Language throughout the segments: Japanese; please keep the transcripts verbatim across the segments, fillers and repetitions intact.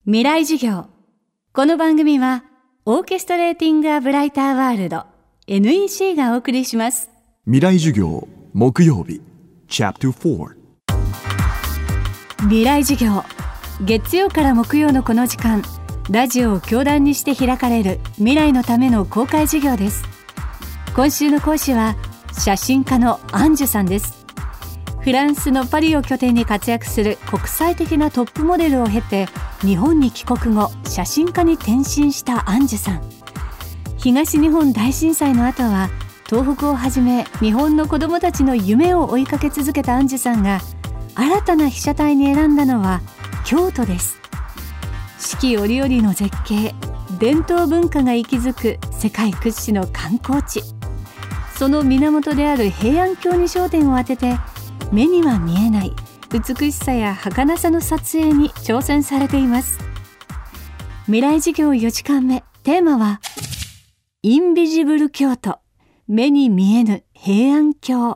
未来授業。この番組はオーケストレーティングアブライターワールド エヌイーシー がお送りします。 未来授業木曜日チャプターよん。 未来授業、月曜から木曜のこの時間、ラジオを教壇にして開かれる未来のための公開授業です。今週の講師は写真家のアンジュさんです。フランスのパリを拠点に活躍する国際的なトップモデルを経て、日本に帰国後写真家に転身したアンジュさん。東日本大震災の後は東北をはじめ日本の子どもたちの夢を追いかけ続けたアンジュさんが、新たな被写体に選んだのは京都です。四季折々の絶景、伝統文化が息づく世界屈指の観光地、その源である平安京に焦点を当てて、目には見えない美しさや儚さの撮影に挑戦されています。未来授業よじかんめ、テーマはインビジブル京都、目に見えぬ平安京。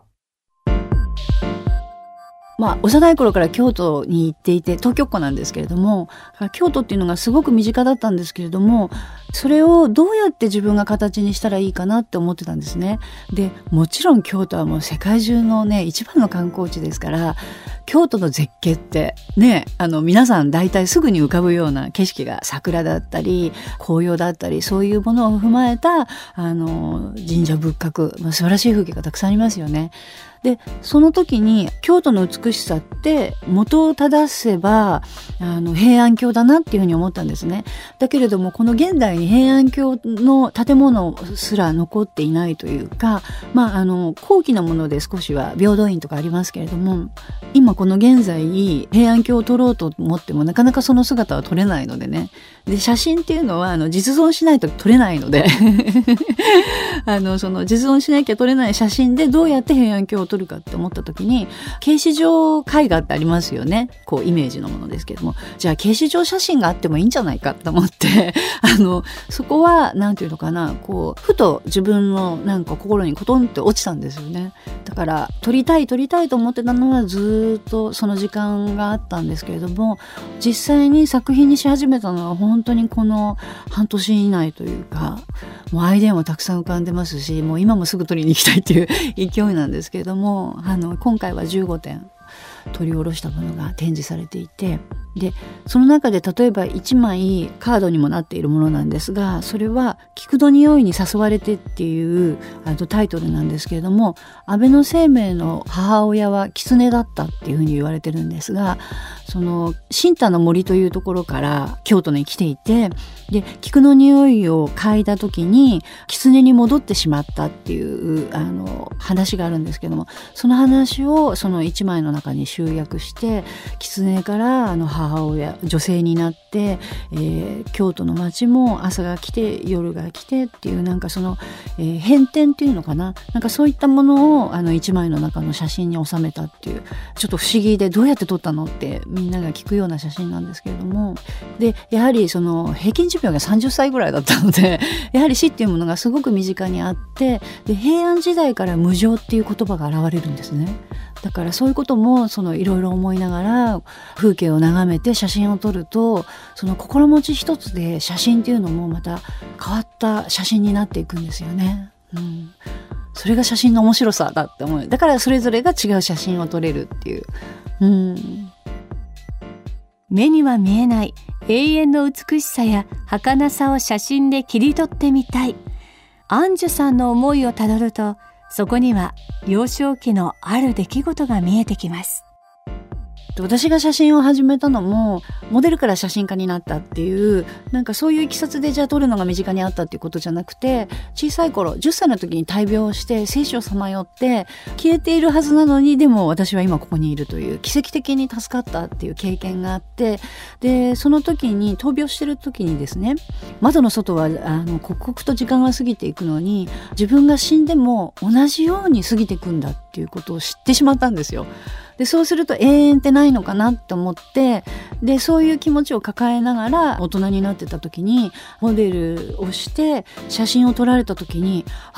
まあ、幼い頃から京都に行っていて、東京っ子なんですけれども、京都っていうのがすごく身近だったんですけれども、それをどうやって自分が形にしたらいいかなって思ってたんですね。で、もちろん京都はもう世界中のね、一番の観光地ですから、京都の絶景ってね、あの皆さん大体すぐに浮かぶような景色が桜だったり紅葉だったり、そういうものを踏まえたあの神社仏閣、まあ、素晴らしい風景がたくさんありますよね。で、その時に京都の美しさって元を正せばあの平安京だなっていうふうに思ったんですね。だけれどもこの現代に平安京の建物すら残っていないというか、まああの高貴なもので少しは平等院とかありますけれども、今この現在平安京を撮ろうと思ってもなかなかその姿は撮れないのでね。で、写真っていうのはあの実存しないと撮れないのであのその実存しなきゃ撮れない写真でどうやって平安京を撮るかって思った時に、掲示上絵画ってありますよね。こうイメージのものですけども、じゃあ掲示上写真があってもいいんじゃないかと思ってあのそこはなんていうのかな、こうふと自分のなんか心にコトンって落ちたんですよね。だから撮りたい撮りたいと思ってたのはずっとその時間があったんですけれども、実際に作品にし始めたのは本当にこの半年以内というか、もうアイデアもたくさん浮かんでますし、もう今もすぐ撮りに行きたいっていう勢いなんですけれども、あの今回はじゅうごてん取り下ろしたものが展示されていて、でその中で例えばいちまいカードにもなっているものなんですが、それは菊の匂いに誘われてっていうあのタイトルなんですけれども、安倍晴明の母親は狐だったっていうふうに言われてるんですが、その新太の森というところから京都に来ていて、で菊の匂いを嗅いだ時に狐に戻ってしまったっていうあの話があるんですけども、その話をそのいちまいの中に集約して、狐からあの母親女性になって、えー、京都の街も朝が来て夜が来てっていう、なんかその、えー、変転っていうのかな、なんかそういったものをあのいちまいの中の写真に収めたっていう、ちょっと不思議でどうやって撮ったのってみんなが聞くような写真なんですけれども、でやはりその平均寿命がさんじゅっさいぐらいだったので、やはり死っていうものがすごく身近にあって、で平安時代から無常っていう言葉が現れるんですね。だからそういうこともそのいろいろ思いながら風景を眺めて写真を撮ると、その心持ち一つで写真っていうのもまた変わった写真になっていくんですよね。うん、それが写真の面白さだって思う。だからそれぞれが違う写真を撮れるっていう、うん、 目には見えない永遠の美しさや儚さを写真で切り取ってみたい。アンジュさんの思いをたどると、そこには幼少期のある出来事が見えてきます。 私が写真を始めたのもモデルから写真家になったっていう、なんかそういういきさつでじゃあ撮るのが身近にあったっていうことじゃなくて、小さい頃じゅっさいの時に大病して生死をさまよって消えているはずなのに、でも私は今ここにいるという奇跡的に助かったっていう経験があって、でその時に闘病してる時にですね、窓の外はあの刻々と時間が過ぎていくのに、自分が死んでも同じように過ぎていくんだっていうことを知ってしまったんですよ。でそうすると永遠ってないのかなって思って、でそういう気持ちを抱えながら大人になってた時にモデルをして写真を撮られた時に、あ、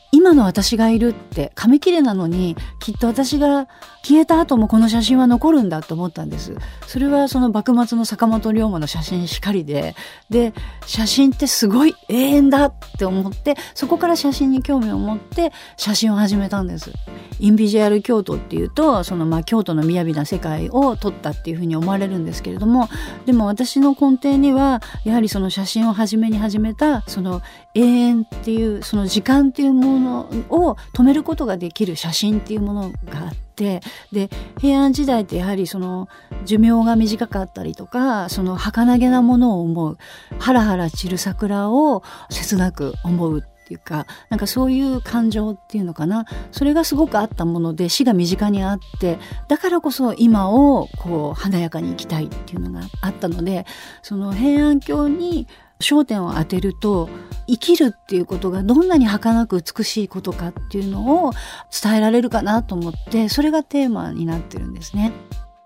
今の私がいるって、紙切れなのにきっと私が消えた後もこの写真は残るんだと思ったんです。それはその幕末の坂本龍馬の写真しかりで、で写真ってすごい永遠だって思って、そこから写真に興味を持って写真を始めたんです。インビジュアル京都っていうと、そのまあ京都の雅な世界を撮ったっていうふうに思われるんですけれども、でも私の根底にはやはりその写真を始めに始めたその永遠っていう、その時間っていうものを止めることができる写真っていうものがあって、で平安時代ってやはりその寿命が短かったりとか、その儚げなものを思う、ハラハラ散る桜を切なく思うっていうか、なんかそういう感情っていうのかな、それがすごくあったもので、死が身近にあって、だからこそ今をこう華やかに生きたいっていうのがあったので、その平安京に焦点を当てると、生きるっていうことがどんなに儚く美しいことかっていうのを伝えられるかなと思って、それがテーマになってるんですね。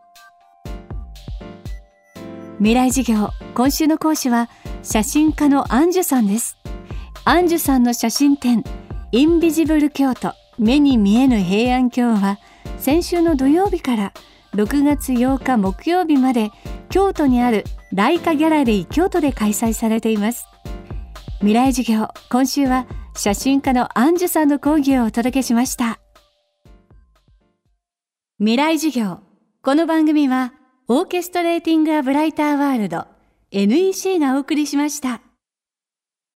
未来授業、今週の講師は写真家のアンジュさんです。アンジュさんの写真展インビジブル京都、目に見えぬ平安京は、先週の土曜日からろくがつようか木曜日まで京都にあるライカギャラリー京都で開催されています。未来授業、今週は写真家のアンジュさんの講義をお届けしました。未来授業、この番組はオーケストレーティングアブライターワールド エヌイーシー がお送りしました。